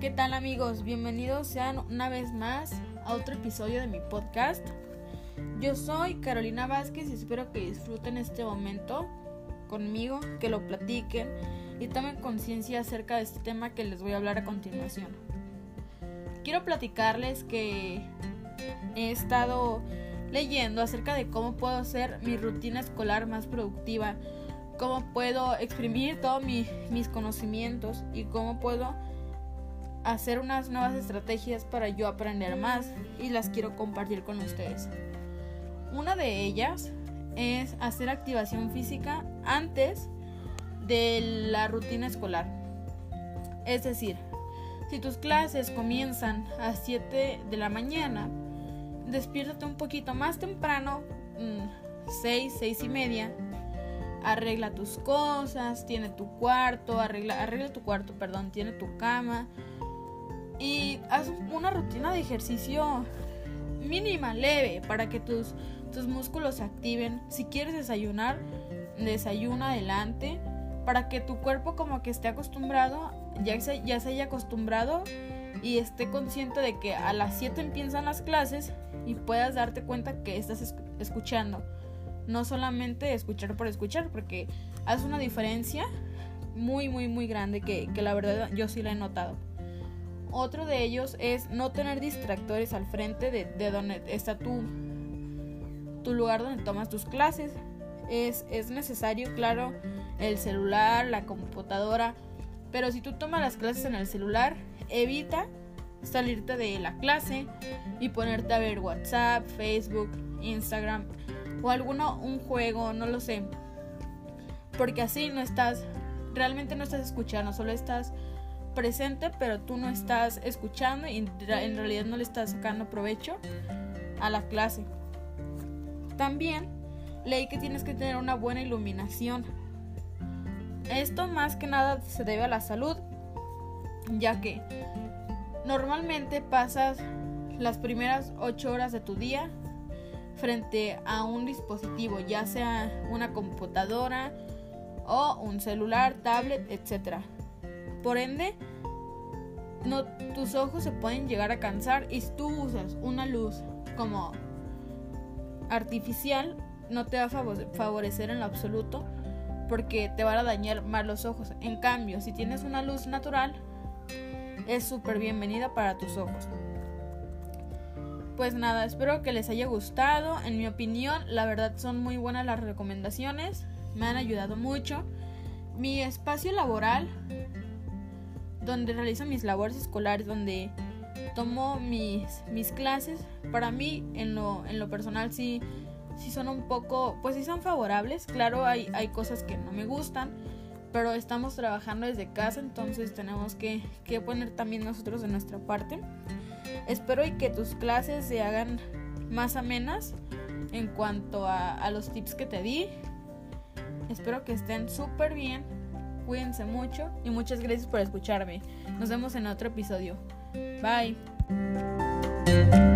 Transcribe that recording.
¿Qué tal, amigos? Bienvenidos sean una vez más a otro episodio de mi podcast. Yo soy Carolina Vázquez y espero que disfruten este momento conmigo, que lo platiquen y tomen conciencia acerca de este tema que les voy a hablar a continuación. Quiero platicarles que he estado leyendo acerca de cómo puedo hacer mi rutina escolar más productiva, cómo puedo exprimir todos mis conocimientos y cómo puedo hacer unas nuevas estrategias para yo aprender más, y las quiero compartir con ustedes. Una de ellas es hacer activación física antes de la rutina escolar. Es decir, si tus clases comienzan a 7 de la mañana, despiértate un poquito más temprano, 6:30, arregla tus cosas, tiene tu cuarto, tiene tu cama y haz una rutina de ejercicio mínima, leve, para que tus músculos se activen. Si quieres desayunar, desayuna adelante, para que tu cuerpo como que esté acostumbrado, ya se haya acostumbrado y esté consciente de que a las 7 empiezan las clases y puedas darte cuenta que estás escuchando, no solamente escuchar por escuchar, porque hace una diferencia muy muy muy grande que la verdad yo sí la he notado. Otro de ellos es no tener distractores al frente de donde está tu lugar donde tomas tus clases. Es necesario, claro, el celular, la computadora, pero si tú tomas las clases en el celular, evita salirte de la clase y ponerte a ver WhatsApp, Facebook, Instagram o un juego, no lo sé, porque así realmente no estás escuchando, solo estás presente, pero tú no estás escuchando y en realidad no le estás sacando provecho a la clase. También leí que tienes que tener una buena iluminación. Esto más que nada se debe a la salud, ya que normalmente pasas las primeras 8 horas de tu día frente a un dispositivo, ya sea una computadora o un celular, tablet, etc. Por ende, tus ojos se pueden llegar a cansar, y si tú usas una luz como artificial, no te va a favorecer en lo absoluto, porque te van a dañar más los ojos. En cambio, si tienes una luz natural, es súper bienvenida para tus ojos. Pues nada, espero que les haya gustado. En mi opinión, la verdad son muy buenas las recomendaciones, me han ayudado mucho. Mi espacio laboral, donde realizo mis labores escolares, donde tomo mis clases, para mí en lo personal sí son un poco, pues sí son favorables. Claro, hay cosas que no me gustan, pero estamos trabajando desde casa, entonces tenemos que poner también nosotros de nuestra parte. Espero y que tus clases se hagan más amenas en cuanto a los tips que te di. Espero que estén súper bien. Cuídense mucho y muchas gracias por escucharme. Nos vemos en otro episodio. Bye.